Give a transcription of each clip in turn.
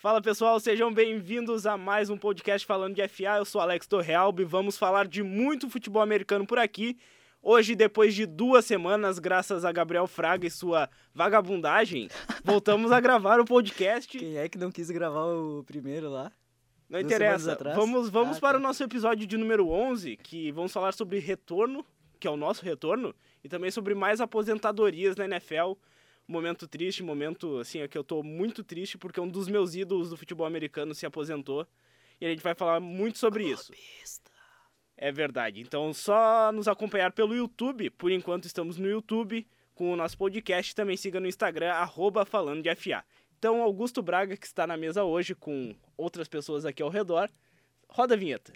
Fala pessoal, sejam bem-vindos a mais um podcast falando de FA. Eu sou Alex Torrealba e vamos falar de muito futebol americano por aqui. Hoje, depois de 2 semanas, graças a Gabriel Fraga e sua vagabundagem, voltamos a gravar o podcast. Quem é que não quis gravar o primeiro lá? Não 2 semanas interessa, atrás? vamos para o nosso episódio de número 11, que vamos falar sobre retorno, que é o nosso retorno, e também sobre mais aposentadorias na NFL. Momento triste, momento assim, é que eu tô muito triste porque um dos meus ídolos do futebol americano se aposentou e a gente vai falar muito sobre isso. É verdade, então só nos acompanhar pelo YouTube, por enquanto estamos no YouTube com o nosso podcast, também siga no Instagram, @falando de FA. Então Augusto Braga, que está na mesa hoje com outras pessoas aqui ao redor, roda a vinheta.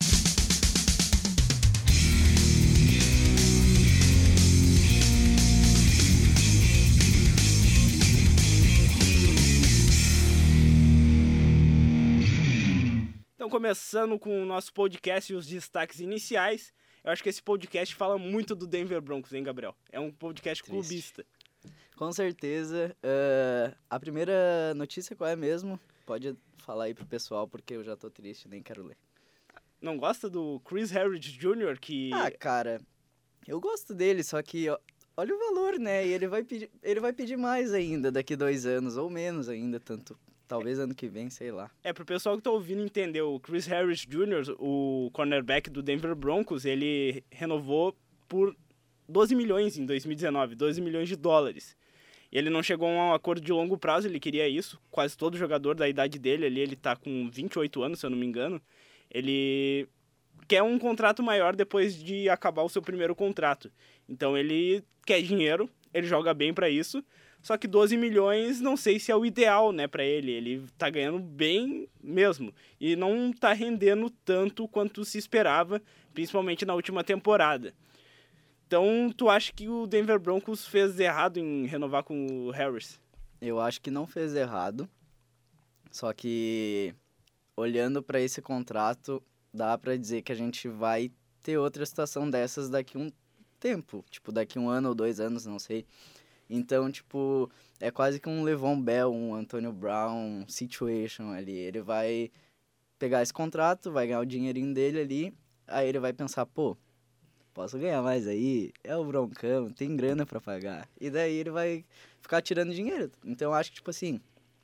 Então, começando com o nosso podcast e os destaques iniciais, eu acho que esse podcast fala muito do Denver Broncos, hein, Gabriel? É um podcast clubista. Com certeza. A primeira notícia qual é mesmo? Pode falar aí pro pessoal, porque eu já tô triste, nem quero ler. Não gosta do Chris Harris Jr., que... Ah, cara, eu gosto dele, só que olha o valor, né? E ele vai pedir mais ainda daqui 2 anos, ou menos ainda, tanto... Talvez ano que vem, sei lá. Pro pessoal que tá ouvindo entender, o Chris Harris Jr., o cornerback do Denver Broncos, ele renovou por 12 milhões em 2019, 12 milhões de dólares. Ele não chegou a um acordo de longo prazo, ele queria isso. Quase todo jogador da idade dele ali, ele tá com 28 anos, se eu não me engano. Ele quer um contrato maior depois de acabar o seu primeiro contrato. Então ele quer dinheiro, ele joga bem pra isso. Só que 12 milhões não sei se é o ideal, né, pra ele. Ele tá ganhando bem mesmo. E não tá rendendo tanto quanto se esperava, principalmente na última temporada. Então, tu acha que o Denver Broncos fez errado em renovar com o Harris? Eu acho que não fez errado. Só que, olhando pra esse contrato, dá pra dizer que a gente vai ter outra situação dessas daqui a um tempo. Tipo, daqui 1 ano ou 2 anos, não sei. Então, tipo, é quase que um Le'Veon Bell, um Antonio Brown situation ali. Ele vai pegar esse contrato, vai ganhar o dinheirinho dele ali, aí ele vai pensar, pô, posso ganhar mais aí? É o Broncão, tem grana pra pagar. E daí ele vai ficar tirando dinheiro. Então, eu acho que, tipo assim,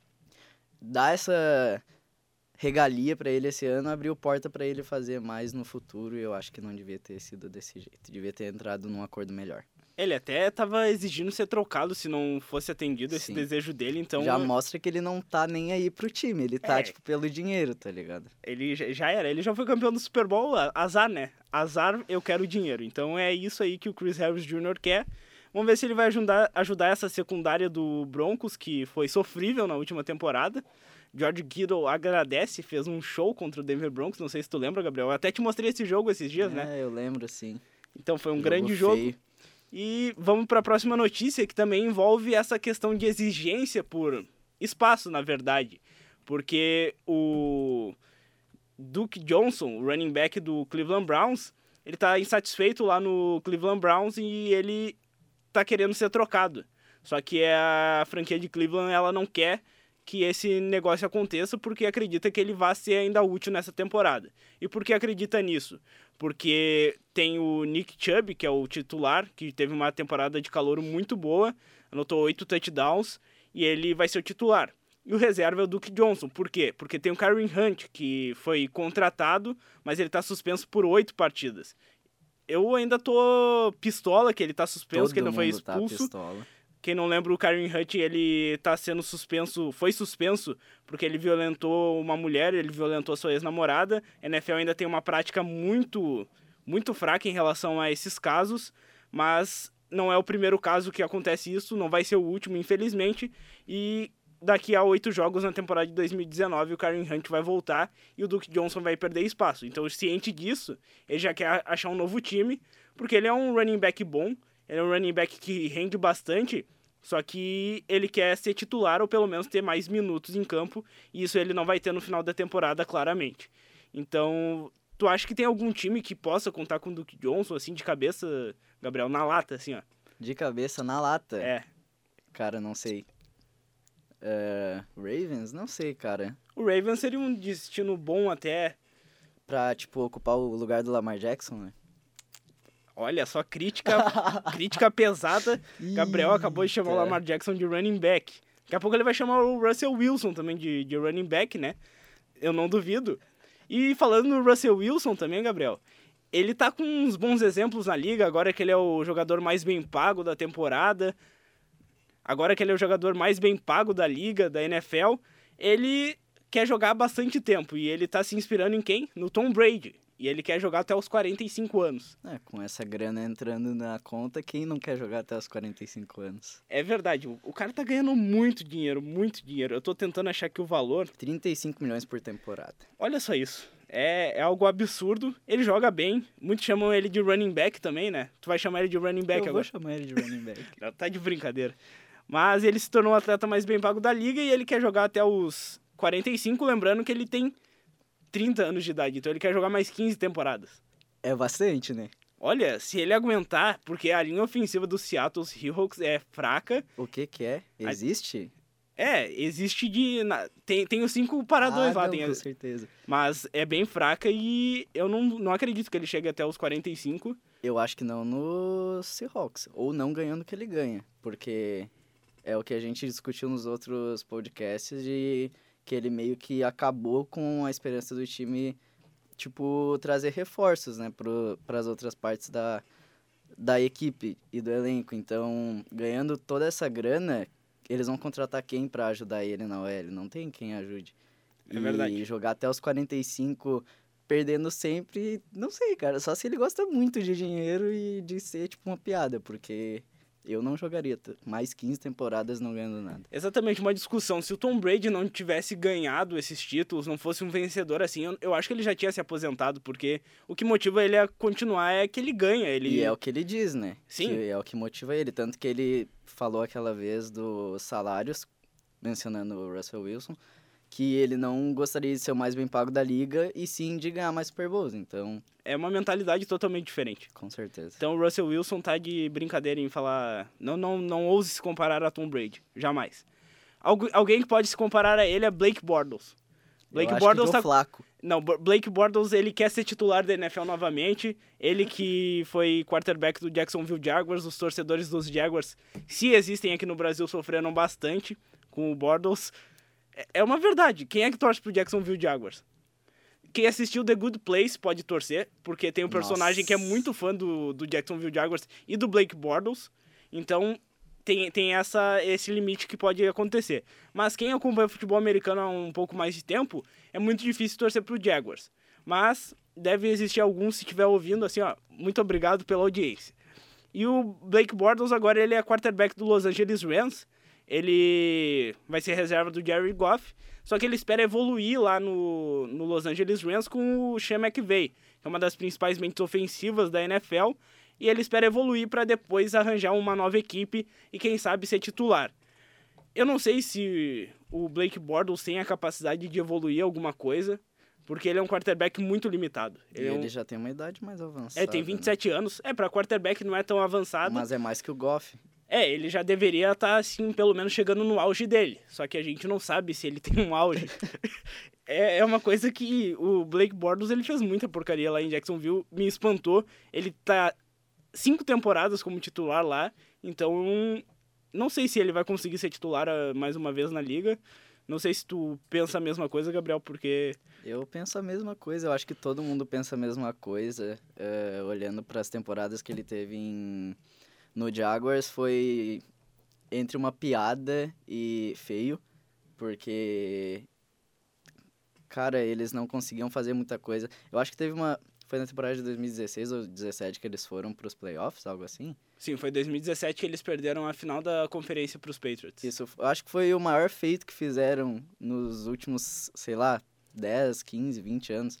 dar essa regalia pra ele esse ano abriu porta pra ele fazer mais no futuro, e eu acho que não devia ter sido desse jeito. Devia ter entrado num acordo melhor. Ele até estava exigindo ser trocado se não fosse atendido esse desejo dele, então... Já mostra que ele não tá nem aí pro time, ele tá, tipo, pelo dinheiro, tá ligado? Ele já era, ele já foi campeão do Super Bowl, azar, né? Azar, eu quero dinheiro. Então é isso aí que o Chris Harris Jr. quer. Vamos ver se ele vai ajudar essa secundária do Broncos, que foi sofrível na última temporada. George Kittle agradece, fez um show contra o Denver Broncos, não sei se tu lembra, Gabriel. Eu até te mostrei esse jogo esses dias, né? É, eu lembro, sim. Então foi um grande jogo. E vamos para a próxima notícia, que também envolve essa questão de exigência por espaço, na verdade. Porque o Duke Johnson, o running back do Cleveland Browns, ele tá insatisfeito lá no Cleveland Browns e ele tá querendo ser trocado. Só que a franquia de Cleveland, ela não quer que esse negócio aconteça porque acredita que ele vai ser ainda útil nessa temporada. E por que acredita nisso? Porque tem o Nick Chubb, que é o titular, que teve uma temporada de calouro muito boa, anotou 8 touchdowns, e ele vai ser o titular. E o reserva é o Duke Johnson. Por quê? Porque tem o Kareem Hunt, que foi contratado, mas ele está suspenso por 8 partidas. Eu ainda tô pistola que ele tá suspenso, que ele não foi expulso. Quem não lembra, o Kareem Hunt, ele tá sendo suspenso, foi suspenso porque ele violentou uma mulher, ele violentou sua ex-namorada. A NFL ainda tem uma prática muito, muito fraca em relação a esses casos, mas não é o primeiro caso que acontece isso, não vai ser o último, infelizmente. E daqui a 8 jogos na temporada de 2019, o Kareem Hunt vai voltar e o Duke Johnson vai perder espaço. Então, ciente disso, ele já quer achar um novo time, porque ele é um running back bom. Ele é um running back que rende bastante, só que ele quer ser titular ou pelo menos ter mais minutos em campo, e isso ele não vai ter no final da temporada, claramente. Então, tu acha que tem algum time que possa contar com o Duke Johnson, assim, de cabeça, Gabriel, na lata, assim, ó? De cabeça, na lata? É. Cara, não sei. Ravens? Não sei, cara. O Ravens seria um destino bom até. Pra, tipo, ocupar o lugar do Lamar Jackson, né? Olha só, crítica pesada. Gabriel acabou de chamar o Lamar Jackson de running back. Daqui a pouco ele vai chamar o Russell Wilson também de running back, né? Eu não duvido. E falando no Russell Wilson também, Gabriel, ele tá com uns bons exemplos na liga, agora que ele é o jogador mais bem pago da temporada, agora que ele é o jogador mais bem pago da liga, da NFL, ele quer jogar há bastante tempo, e ele tá se inspirando em quem? No Tom Brady. E ele quer jogar até os 45 anos. Com essa grana entrando na conta, quem não quer jogar até os 45 anos? É verdade, o cara tá ganhando muito dinheiro, muito dinheiro. Eu tô tentando achar aqui o valor. 35 milhões por temporada. Olha só isso. É algo absurdo. Ele joga bem. Muitos chamam ele de running back também, né? Tu vai chamar ele de running back agora? Eu vou chamar ele de running back. Não, tá de brincadeira. Mas ele se tornou o atleta mais bem pago da liga e ele quer jogar até os 45, lembrando que ele tem 30 anos de idade, então ele quer jogar mais 15 temporadas. É bastante, né? Olha, se ele aguentar, porque a linha ofensiva do Seattle Seahawks é fraca. O que é? Existe? Existe tem os 5 paradores lá. Com certeza. Mas é bem fraca e eu não acredito que ele chegue até os 45. Eu acho que não no Seahawks, ou não ganhando o que ele ganha, porque é o que a gente discutiu nos outros podcasts de que ele meio que acabou com a esperança do time, tipo, trazer reforços, né, para as outras partes da equipe e do elenco. Então, ganhando toda essa grana, eles vão contratar quem para ajudar ele na OL? Não tem quem ajude. É verdade. E jogar até os 45, perdendo sempre, não sei, cara, só se ele gosta muito de dinheiro e de ser, tipo, uma piada, porque eu não jogaria mais 15 temporadas não ganhando nada. Exatamente, uma discussão. Se o Tom Brady não tivesse ganhado esses títulos, não fosse um vencedor assim, eu acho que ele já tinha se aposentado, porque o que motiva ele a continuar é que ele ganha. E é o que ele diz, né? Sim. Que é o que motiva ele. Tanto que ele falou aquela vez dos salários, mencionando o Russell Wilson, que ele não gostaria de ser o mais bem pago da liga e sim de ganhar mais Super Bowls, então... É uma mentalidade totalmente diferente. Com certeza. Então o Russell Wilson tá de brincadeira em falar... Não ouse se comparar a Tom Brady. Jamais. Alguém que pode se comparar a ele é Blake Bortles. Blake Bortles tá flaco. Não, Blake Bortles, ele quer ser titular da NFL novamente. Ele que foi quarterback do Jacksonville Jaguars. Os torcedores dos Jaguars, se existem aqui no Brasil, sofreram bastante com o Bortles. É uma verdade. Quem é que torce pro Jacksonville Jaguars? Quem assistiu The Good Place pode torcer, porque tem um personagem que é muito fã do Jacksonville Jaguars e do Blake Bortles. Então, tem esse limite que pode acontecer. Mas quem acompanha futebol americano há um pouco mais de tempo, é muito difícil torcer pro Jaguars. Mas deve existir alguns, se estiver ouvindo, assim, ó, muito obrigado pela audiência. E o Blake Bortles agora ele é quarterback do Los Angeles Rams. Ele vai ser reserva do Jared Goff, só que ele espera evoluir lá no Los Angeles Rams com o Sean McVay, que é uma das principais mentes ofensivas da NFL, e ele espera evoluir para depois arranjar uma nova equipe e quem sabe ser titular. Eu não sei se o Blake Bortles tem a capacidade de evoluir alguma coisa, porque ele é um quarterback muito limitado. Ele já tem uma idade mais avançada. Tem 27 anos. Para quarterback não é tão avançado. Mas é mais que o Goff. Ele já deveria estar, assim, pelo menos chegando no auge dele. Só que a gente não sabe se ele tem um auge. É uma coisa que o Blake Bortles, ele fez muita porcaria lá em Jacksonville. Me espantou. Ele tá 5 temporadas como titular lá. Então, não sei se ele vai conseguir ser titular mais uma vez na liga. Não sei se tu pensa a mesma coisa, Gabriel, porque... Eu penso a mesma coisa. Eu acho que todo mundo pensa a mesma coisa. Olhando para as temporadas que ele teve no Jaguars, foi entre uma piada e feio, porque, cara, eles não conseguiam fazer muita coisa. Eu acho que foi na temporada de 2016 ou 2017 que eles foram para os playoffs, algo assim? Sim, foi 2017 que eles perderam a final da conferência para os Patriots. Isso, eu acho que foi o maior feito que fizeram nos últimos, sei lá, 10, 15, 20 anos.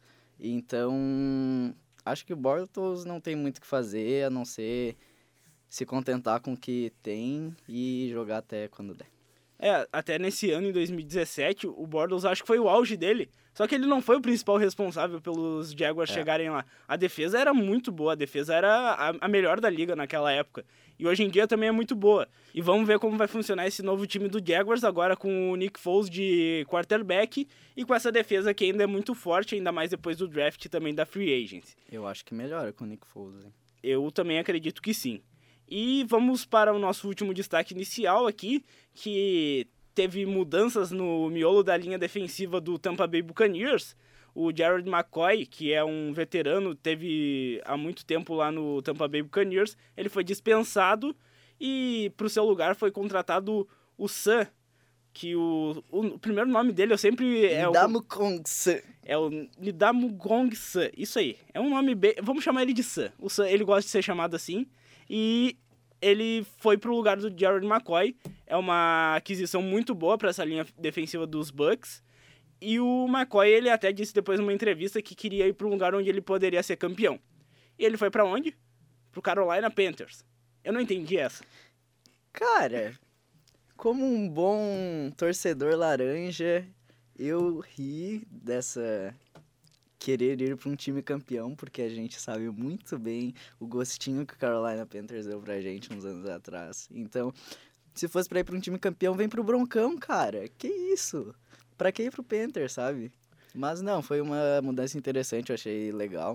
Então, acho que o Bortles não tem muito o que fazer, a não ser se contentar com o que tem e jogar até quando der. Até nesse ano, em 2017, o Bortles acho que foi o auge dele. Só que ele não foi o principal responsável pelos Jaguars chegarem lá. A defesa era muito boa, a defesa era a melhor da liga naquela época. E hoje em dia também é muito boa. E vamos ver como vai funcionar esse novo time do Jaguars agora com o Nick Foles de quarterback e com essa defesa que ainda é muito forte, ainda mais depois do draft e também da free agency. Eu acho que melhora com o Nick Foles, hein? Eu também acredito que sim. E vamos para o nosso último destaque inicial aqui, que teve mudanças no miolo da linha defensiva do Tampa Bay Buccaneers. O Jared McCoy, que é um veterano, teve há muito tempo lá no Tampa Bay Buccaneers, ele foi dispensado e para o seu lugar foi contratado o Sam, que o primeiro nome dele eu sempre... Ndamukong Suh. É o Ndamukong Suh, isso aí. É um nome bem... Vamos chamar ele de Sam. O Sam, ele gosta de ser chamado assim. E ele foi pro lugar do Jared McCoy. É uma aquisição muito boa para essa linha defensiva dos Bucs. E o McCoy, ele até disse depois numa entrevista que queria ir para um lugar onde ele poderia ser campeão. E ele foi para onde? Pro Carolina Panthers. Eu não entendi essa. Cara, como um bom torcedor laranja, eu ri dessa querer ir para um time campeão, porque a gente sabe muito bem o gostinho que o Carolina Panthers deu pra gente uns anos atrás. Então, se fosse pra ir pra um time campeão, vem pro Broncão, cara. Que isso? Pra que ir pro Panthers, sabe? Mas não, foi uma mudança interessante, eu achei legal.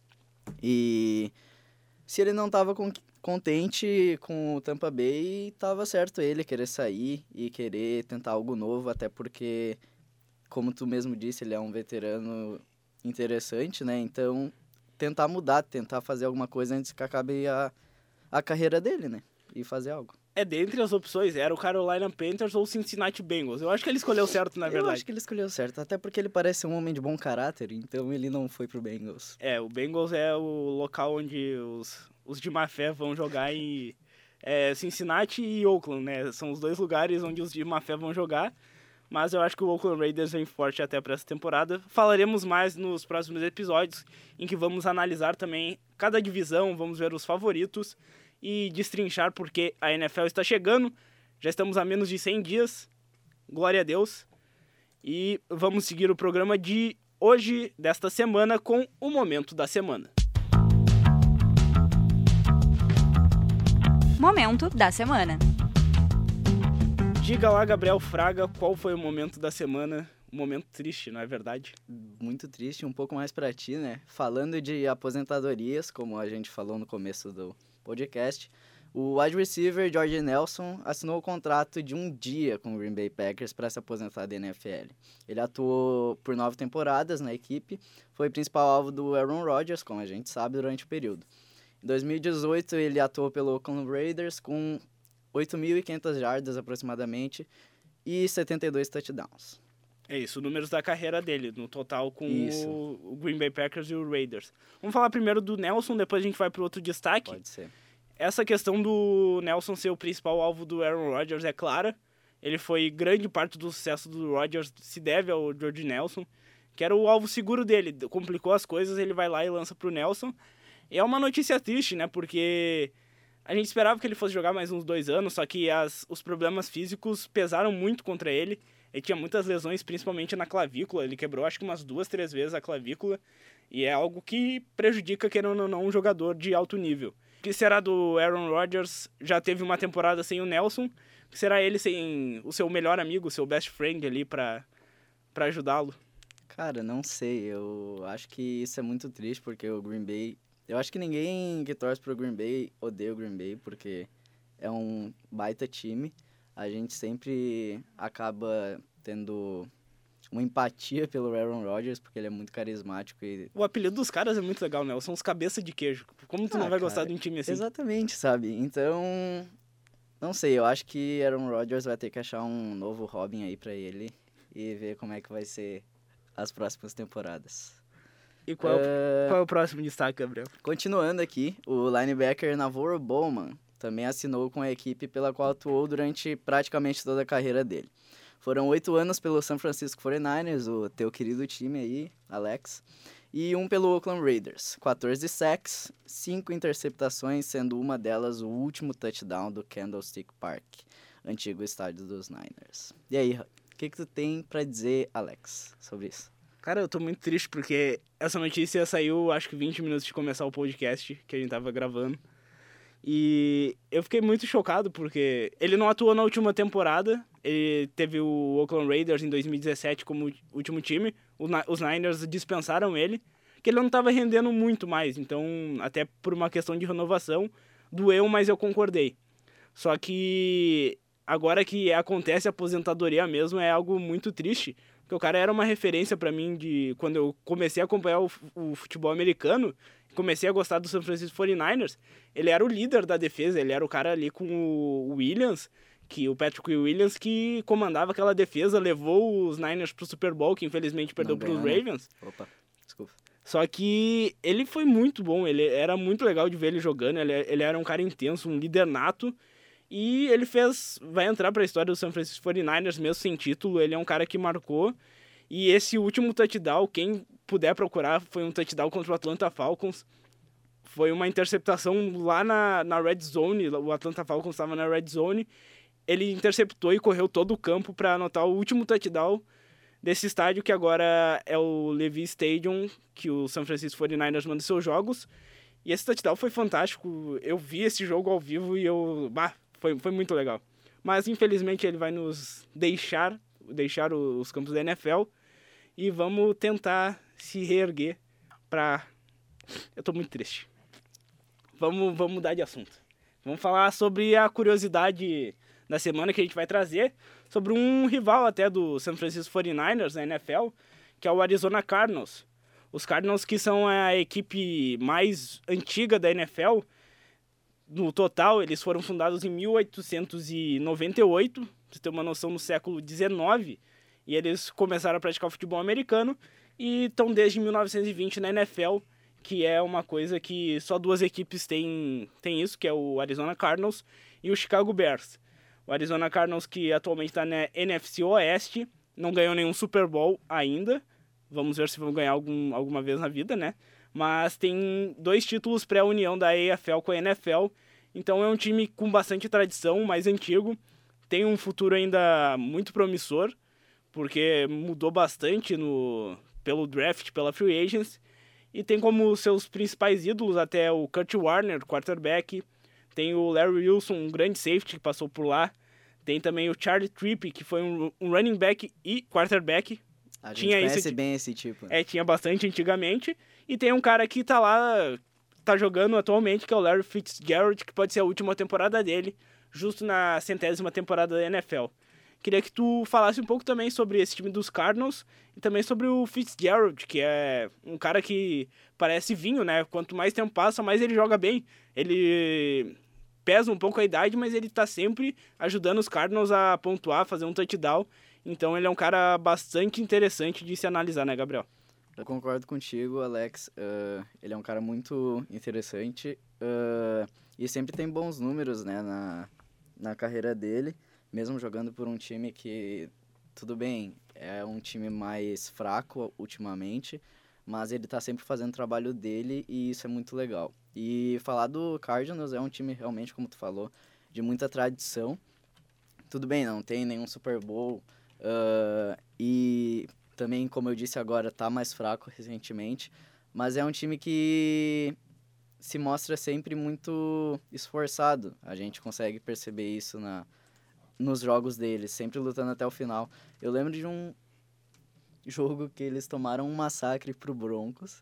E se ele não tava contente com o Tampa Bay, tava certo ele querer sair e querer tentar algo novo, até porque, como tu mesmo disse, ele é um veterano interessante, né? Então, tentar mudar, tentar fazer alguma coisa antes que acabe a carreira dele, né? E fazer algo. Dentre as opções, era o Carolina Panthers ou o Cincinnati Bengals. Eu acho que ele escolheu certo, na verdade. Eu acho que ele escolheu certo, até porque ele parece um homem de bom caráter, então ele não foi pro Bengals. O Bengals é o local onde os de má fé vão jogar e... Cincinnati e Oakland, né? São os dois lugares onde os de má fé vão jogar. Mas eu acho que o Oakland Raiders vem forte até para essa temporada. Falaremos mais nos próximos episódios, em que vamos analisar também cada divisão, vamos ver os favoritos e destrinchar porque a NFL está chegando. Já estamos a menos de 100 dias, glória a Deus. E vamos seguir o programa de hoje, desta semana, com o Momento da Semana. Momento da Semana. Diga lá, Gabriel Fraga, qual foi o momento da semana? Um momento triste, não é verdade? Muito triste, um pouco mais pra ti, né? Falando de aposentadorias, como a gente falou no começo do podcast, o wide receiver Jordy Nelson assinou o contrato de um dia com o Green Bay Packers para se aposentar da NFL. Ele atuou por 9 temporadas na equipe, foi principal alvo do Aaron Rodgers, como a gente sabe, durante o período. Em 2018, ele atuou pelo Oakland Raiders com 8.500 jardas aproximadamente e 72 touchdowns. É isso, números da carreira dele, no total com o Green Bay Packers e o Raiders. Vamos falar primeiro do Nelson, depois a gente vai para outro destaque. Pode ser. Essa questão do Nelson ser o principal alvo do Aaron Rodgers é clara. Ele foi grande parte do sucesso do Rodgers, se deve ao Jordy Nelson, que era o alvo seguro dele. Complicou as coisas, ele vai lá e lança pro Nelson. E é uma notícia triste, né, porque a gente esperava que ele fosse jogar mais uns 2 anos, só que os problemas físicos pesaram muito contra ele. Ele tinha muitas lesões, principalmente na clavícula. Ele quebrou acho que umas 2, 3 vezes a clavícula. E é algo que prejudica, querendo ou não, um jogador de alto nível. O que será do Aaron Rodgers? Já teve uma temporada sem o Nelson. O que será ele sem o seu melhor amigo, o seu best friend ali pra ajudá-lo? Cara, não sei. Eu acho que isso é muito triste, porque o Green Bay... Eu acho que ninguém que torce pro Green Bay odeia o Green Bay, porque é um baita time. A gente sempre acaba tendo uma empatia pelo Aaron Rodgers, porque ele é muito carismático e... O apelido dos caras é muito legal, né? São os cabeça de queijo. Como tu não vai gostar de um time assim? Exatamente, sabe? Então, não sei, eu acho que Aaron Rodgers vai ter que achar um novo Robin aí pra ele e ver como é que vai ser as próximas temporadas. E qual é o próximo destaque, Gabriel? Continuando aqui, o linebacker Navarro Bowman também assinou com a equipe pela qual atuou durante praticamente toda a carreira dele. Foram 8 anos pelo San Francisco 49ers, o teu querido time aí, Alex, e 1 pelo Oakland Raiders. 14 sacks, 5 interceptações, sendo uma delas o último touchdown do Candlestick Park. antigo estádio dos Niners. E aí, o que tu tem pra dizer, Alex, sobre isso? Cara, eu tô muito triste porque essa notícia saiu, acho que 20 minutos de começar o podcast que a gente tava gravando. E eu fiquei muito chocado porque ele não atuou na última temporada. Ele teve o Oakland Raiders em 2017 como último time. Os Niners dispensaram ele, que ele não estava rendendo muito mais. Então, até por uma questão de renovação, doeu, mas eu concordei. Só que agora que acontece a aposentadoria mesmo, é algo muito triste. Porque o cara era uma referência para mim de quando eu comecei a acompanhar o futebol americano, comecei a gostar do San Francisco 49ers, ele era o líder da defesa, ele era o cara ali com o Williams, o Patrick Williams, que comandava aquela defesa, levou os Niners pro Super Bowl, que infelizmente perdeu pros Ravens. Opa, desculpa. Só que ele foi muito bom, ele era muito legal de ver ele jogando, ele era um cara intenso, um líder nato, e ele vai entrar pra história do San Francisco 49ers mesmo sem título, ele é um cara que marcou, e esse último touchdown, quem puder procurar, foi um touchdown contra o Atlanta Falcons. Foi uma interceptação lá na Red Zone, o Atlanta Falcons estava na Red Zone. Ele interceptou e correu todo o campo para anotar o último touchdown desse estádio, que agora é o Levi Stadium, que o San Francisco 49ers manda seus jogos. E esse touchdown foi fantástico. Eu vi esse jogo ao vivo e foi muito legal. Mas infelizmente ele vai nos deixar os campos da NFL. E vamos tentar se reerguer pra... Eu tô muito triste. Vamos mudar de assunto. Vamos falar sobre a curiosidade da semana que a gente vai trazer, sobre um rival até do San Francisco 49ers na NFL, que é o Arizona Cardinals. Os Cardinals, que são a equipe mais antiga da NFL, no total, eles foram fundados em 1898, pra você ter uma noção, no século XIX, e eles começaram a praticar o futebol americano e estão desde 1920 na NFL, que é uma coisa que só duas equipes têm isso, que é o Arizona Cardinals e o Chicago Bears. O Arizona Cardinals, que atualmente está na NFC Oeste, não ganhou nenhum Super Bowl ainda. Vamos ver se vão ganhar alguma vez na vida, né? Mas tem 2 títulos pré-união da AFL com a NFL. Então é um time com bastante tradição, mais antigo. Tem um futuro ainda muito promissor, porque mudou bastante pelo draft, pela free agents, e tem como seus principais ídolos até o Kurt Warner, quarterback, tem o Larry Wilson, um grande safety que passou por lá, tem também o Charlie Tripp, que foi um running back e quarterback. A gente conhece bem esse tipo. Tinha bastante antigamente, e tem um cara que tá jogando atualmente, que é o Larry Fitzgerald, que pode ser a última temporada dele, justo na 100ª temporada da NFL. Queria que tu falasse um pouco também sobre esse time dos Cardinals e também sobre o Fitzgerald, que é um cara que parece vinho, né? Quanto mais tempo passa, mais ele joga bem. Ele pesa um pouco a idade, mas ele tá sempre ajudando os Cardinals a pontuar, fazer um touchdown. Então ele é um cara bastante interessante de se analisar, né, Gabriel? Eu concordo contigo, Alex. Ele é um cara muito interessante e sempre tem bons números, né, na carreira dele. Mesmo jogando por um time que, tudo bem, é um time mais fraco ultimamente, mas ele tá sempre fazendo o trabalho dele e isso é muito legal. E falar do Cardinals é um time realmente, como tu falou, de muita tradição. Tudo bem, não tem nenhum Super Bowl e também, como eu disse agora, tá mais fraco recentemente, mas é um time que se mostra sempre muito esforçado. A gente consegue perceber isso nos jogos deles, sempre lutando até o final. Eu lembro de um jogo que eles tomaram um massacre pro Broncos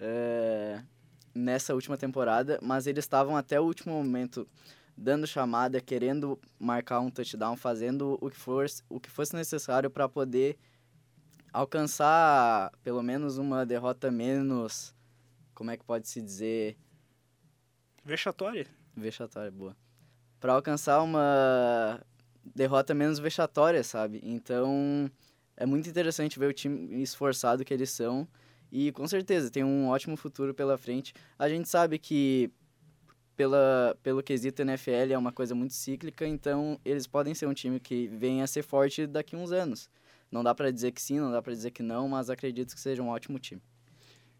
nessa última temporada, mas eles estavam até o último momento dando chamada, querendo marcar um touchdown, fazendo o que fosse necessário para poder alcançar pelo menos uma derrota menos, como é que pode se dizer? Vexatória, boa. Para alcançar uma derrota menos vexatória, sabe? Então, é muito interessante ver o time esforçado que eles são e, com certeza, tem um ótimo futuro pela frente. A gente sabe que, pelo quesito NFL, é uma coisa muito cíclica, então eles podem ser um time que venha a ser forte daqui a uns anos. Não dá pra dizer que sim, não dá pra dizer que não, mas acredito que seja um ótimo time.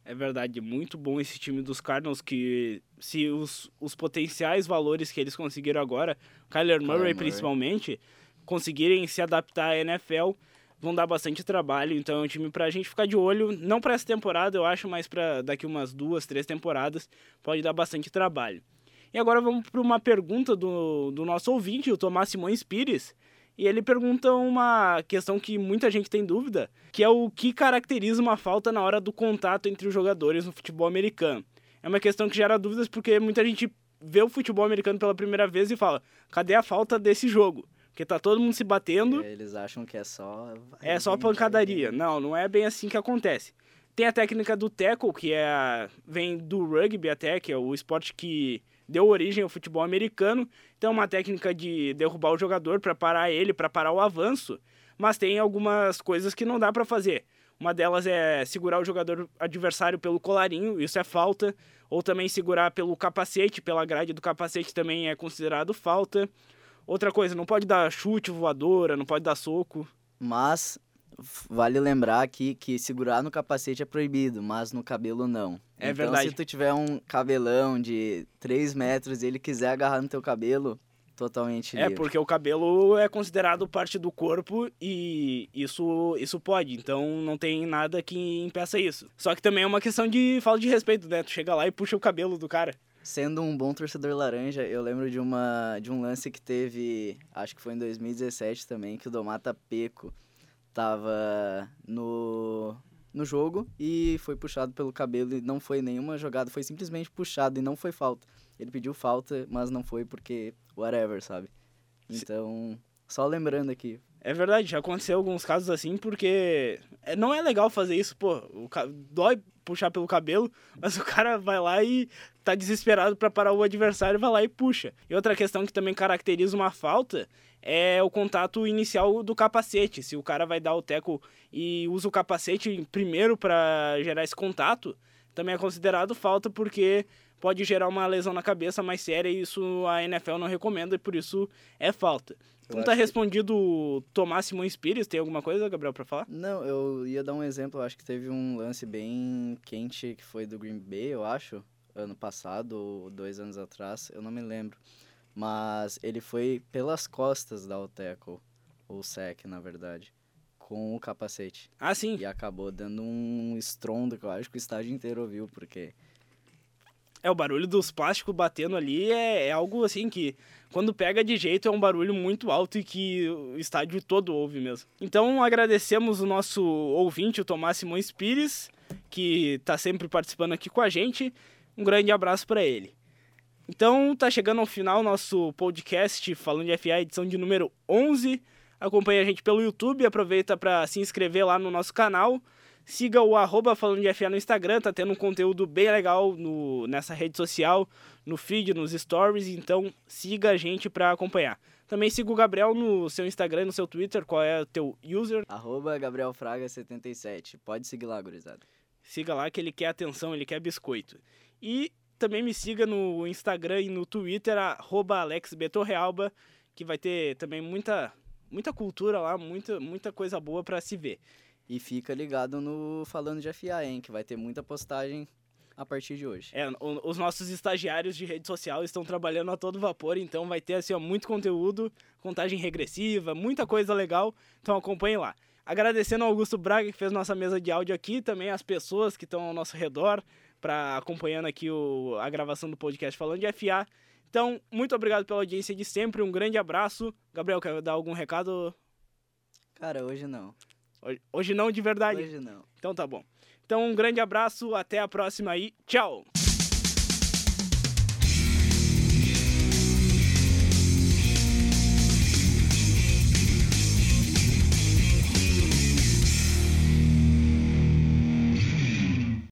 É verdade, muito bom esse time dos Cardinals, que se os potenciais valores que eles conseguiram agora, Kyler Murray principalmente, conseguirem se adaptar à NFL, vão dar bastante trabalho. Então é um time pra gente ficar de olho, não pra essa temporada, eu acho, mas pra daqui umas 2, 3 temporadas, pode dar bastante trabalho. E agora vamos para uma pergunta do nosso ouvinte, o Tomás Simões Pires, e ele pergunta uma questão que muita gente tem dúvida, que é o que caracteriza uma falta na hora do contato entre os jogadores no futebol americano. É uma questão que gera dúvidas porque muita gente vê o futebol americano pela primeira vez e fala, cadê a falta desse jogo? Porque tá todo mundo se batendo. Eles acham que é só... É só pancadaria. Não é bem assim que acontece. Tem a técnica do tackle, que vem do rugby até, que é o esporte que deu origem ao futebol americano. Então é uma técnica de derrubar o jogador para parar ele, para parar o avanço. Mas tem algumas coisas que não dá para fazer. Uma delas é segurar o jogador adversário pelo colarinho, isso é falta. Ou também segurar pelo capacete, pela grade do capacete também é considerado falta. Outra coisa, não pode dar chute, voadora, não pode dar soco. Mas vale lembrar aqui que segurar no capacete é proibido, mas no cabelo não. É então, verdade. Se tu tiver um cabelão de 3 metros e ele quiser agarrar no teu cabelo, totalmente livre. É, porque o cabelo é considerado parte do corpo e isso pode. Então não tem nada que impeça isso. Só que também é uma questão de falta de respeito, né? Tu chega lá e puxa o cabelo do cara. Sendo um bom torcedor laranja, eu lembro de um lance que teve, acho que foi em 2017 também, que o Domata Pecco tava no jogo e foi puxado pelo cabelo e não foi nenhuma jogada, foi simplesmente puxado e não foi falta. Ele pediu falta, mas não foi porque whatever, sabe? Então, só lembrando aqui. É verdade, já aconteceu alguns casos assim, porque não é legal fazer isso, pô, dói puxar pelo cabelo, mas o cara vai lá e tá desesperado pra parar o adversário, vai lá e puxa. E outra questão que também caracteriza uma falta é o contato inicial do capacete. Se o cara vai dar o tackle e usa o capacete primeiro pra gerar esse contato, também é considerado falta porque pode gerar uma lesão na cabeça mais séria e isso a NFL não recomenda e por isso é falta. Então tá respondido o Tomás Simões Pires. Tem alguma coisa, Gabriel, pra falar? Não, eu ia dar um exemplo. Eu acho que teve um lance bem quente que foi do Green Bay, eu acho, ano passado ou 2 anos atrás, eu não me lembro. Mas ele foi pelas costas dar o tackle, ou sack, na verdade, com o capacete. Ah, sim. E acabou dando um estrondo que eu acho que o estádio inteiro ouviu, porque... O barulho dos plásticos batendo ali é algo assim que, quando pega de jeito, é um barulho muito alto e que o estádio todo ouve mesmo. Então, agradecemos o nosso ouvinte, o Tomás Simões Pires, que tá sempre participando aqui com a gente. Um grande abraço para ele. Então, tá chegando ao final o nosso podcast Falando de FA, edição de número 11. Acompanhe a gente pelo YouTube, aproveita para se inscrever lá no nosso canal. Siga o @Falando de FA no Instagram, tá tendo um conteúdo bem legal nessa rede social, no feed, nos stories, então siga a gente para acompanhar. Também siga o Gabriel no seu Instagram e no seu Twitter, qual é o teu user? @GabrielFraga77, pode seguir lá, gurizada. Siga lá que ele quer atenção, ele quer biscoito. E também me siga no Instagram e no Twitter, @AlexBetorrealba, que vai ter também muita cultura lá, muita coisa boa para se ver. E fica ligado no Falando de FA, hein, que vai ter muita postagem a partir de hoje. Os nossos estagiários de rede social estão trabalhando a todo vapor, então vai ter assim, muito conteúdo, contagem regressiva, muita coisa legal, então acompanhem lá. Agradecendo ao Augusto Braga, que fez nossa mesa de áudio aqui, também as pessoas que estão ao nosso redor, acompanhando aqui a gravação do podcast Falando de FA. Então, muito obrigado pela audiência de sempre, um grande abraço. Gabriel, quer dar algum recado? Cara, hoje não. Hoje não, de verdade? Hoje não. Então tá bom. Então um grande abraço, até a próxima aí, tchau!